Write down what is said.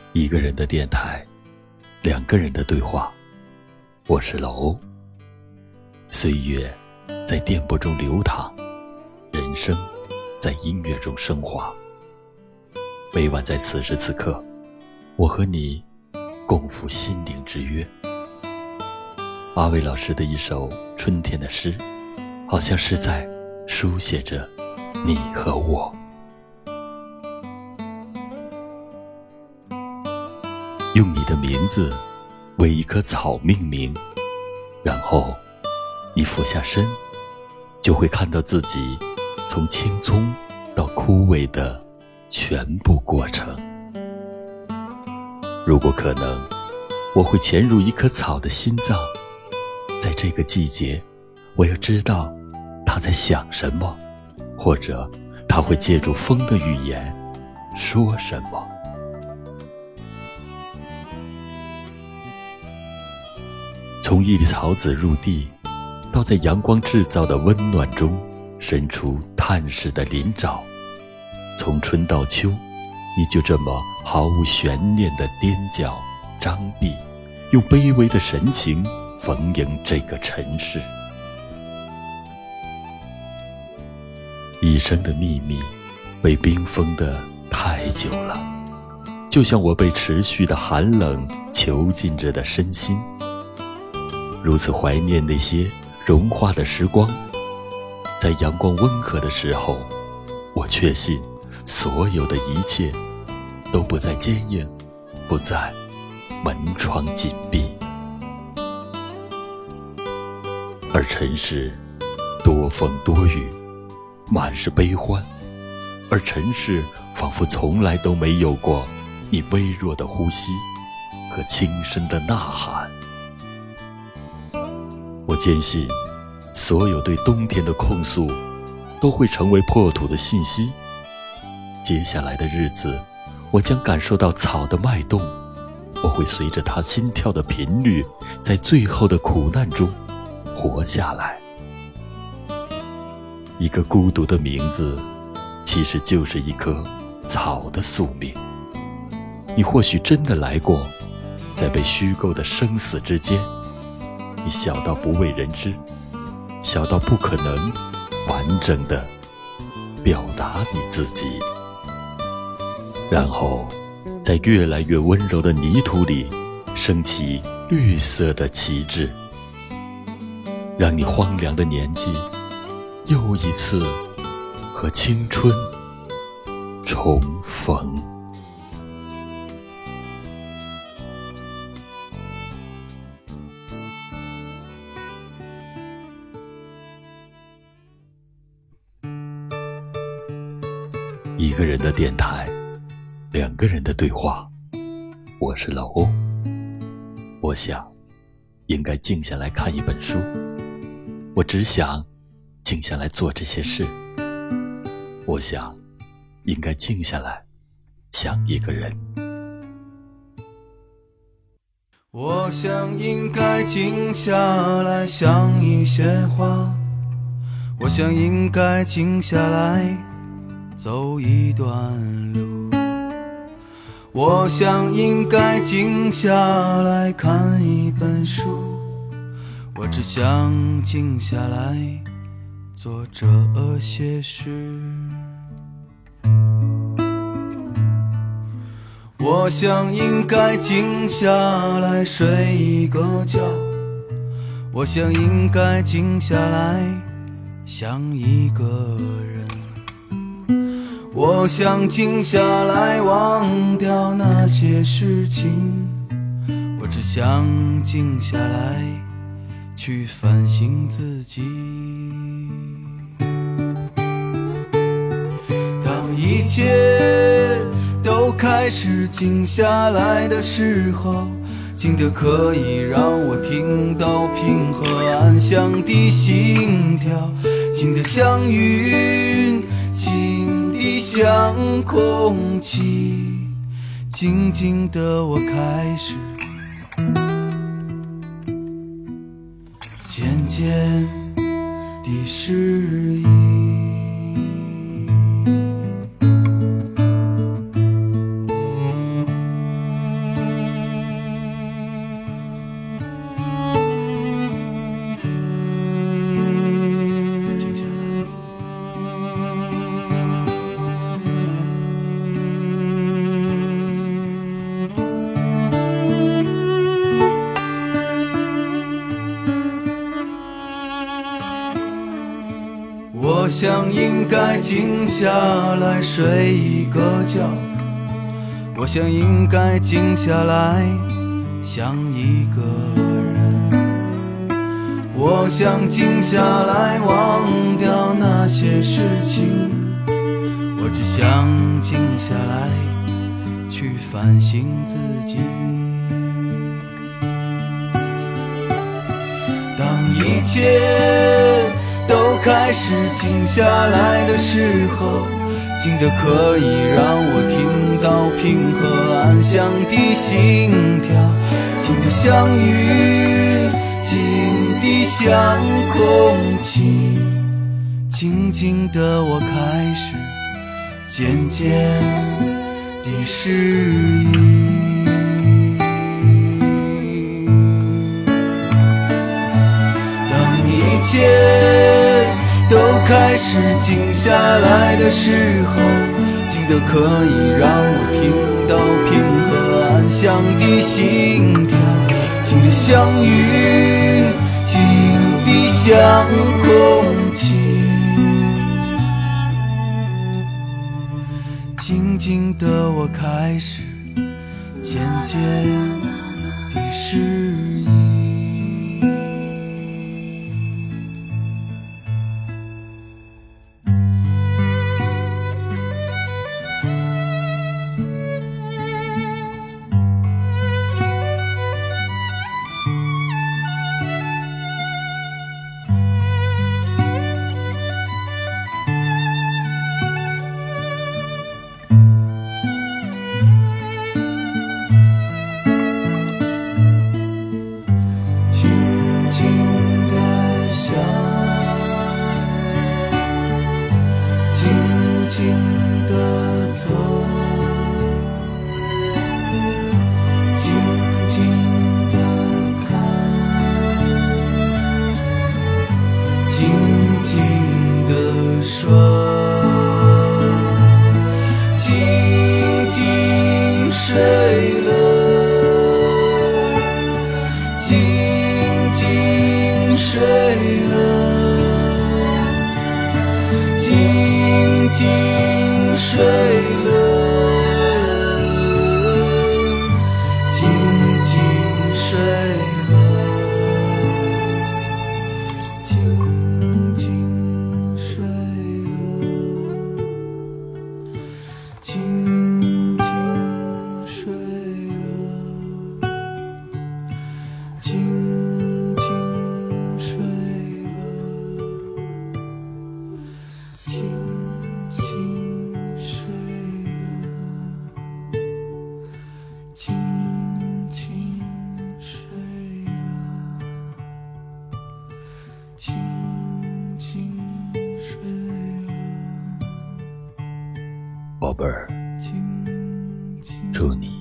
一个人的电台，两个人的对话。我是老欧。岁月在电波中流淌，人生在音乐中升华。每晚在此时此刻，我和你共赴心灵之约。阿伟老师的一首春天的诗，好像是在书写着你和我。用你的名字为一棵草命名，然后你俯下身，就会看到自己从青葱到枯萎的全部过程。如果可能，我会潜入一棵草的心脏，在这个季节，我要知道它在想什么，或者它会借助风的语言说什么。从一粒草籽入地，到在阳光制造的温暖中伸出探视的鳞爪，从春到秋，你就这么毫无悬念地踮脚张臂，用卑微的神情逢迎这个尘世。一生的秘密被冰封得太久了，就像我被持续的寒冷囚禁着的身心。如此怀念那些融化的时光，在阳光温和的时候，我确信所有的一切都不再坚硬，不再门窗紧闭。而尘世多风多雨，满是悲欢，而尘世仿佛从来都没有过你微弱的呼吸和轻声的呐喊。我坚信，所有对冬天的控诉都会成为破土的信息。接下来的日子，我将感受到草的脉动，我会随着它心跳的频率，在最后的苦难中活下来。一个孤独的名字，其实就是一棵草的宿命。你或许真的来过，在被虚构的生死之间，你小到不为人知，小到不可能完整地表达你自己。然后在越来越温柔的泥土里升起绿色的旗帜，让你荒凉的年纪又一次和青春重逢。一个人的电台，两个人的对话。我是老欧。我想应该静下来看一本书，我只想静下来做这些事。我想应该静下来想一个人。 我想应该静下来想一些话，我想应该静下来走一段路，我想应该静下来看一本书，我只想静下来做这些事。我想应该静下来睡一个觉，我想应该静下来想一个人，我想静下来忘掉那些事情，我只想静下来去反省自己。当一切都开始静下来的时候，静得可以让我听到平和安详的心跳，静得像云，静地像空气，静静的我开始渐渐地适应。 想应该静下来睡一个觉，我想应该静下来想一个人，我想静下来忘掉那些事情，我只想静下来去反省自己。当一切都开始静下来的时候，静得可以让我听到平和安详的心跳，静得像云，静得像空气，静静的我开始渐渐地适应。一切都开始静下来的时候，静得可以让我听到平和安详的心跳，静得像云，静得像空气，静静的我开始渐渐地适应。静地走，静静地看，静静地说，静静睡了，静静睡了，静静睡了，静静睡了，静静睡了，静静睡了，静静睡了，静静睡了，静静睡了，静静睡了， 宝贝儿， 静静祝你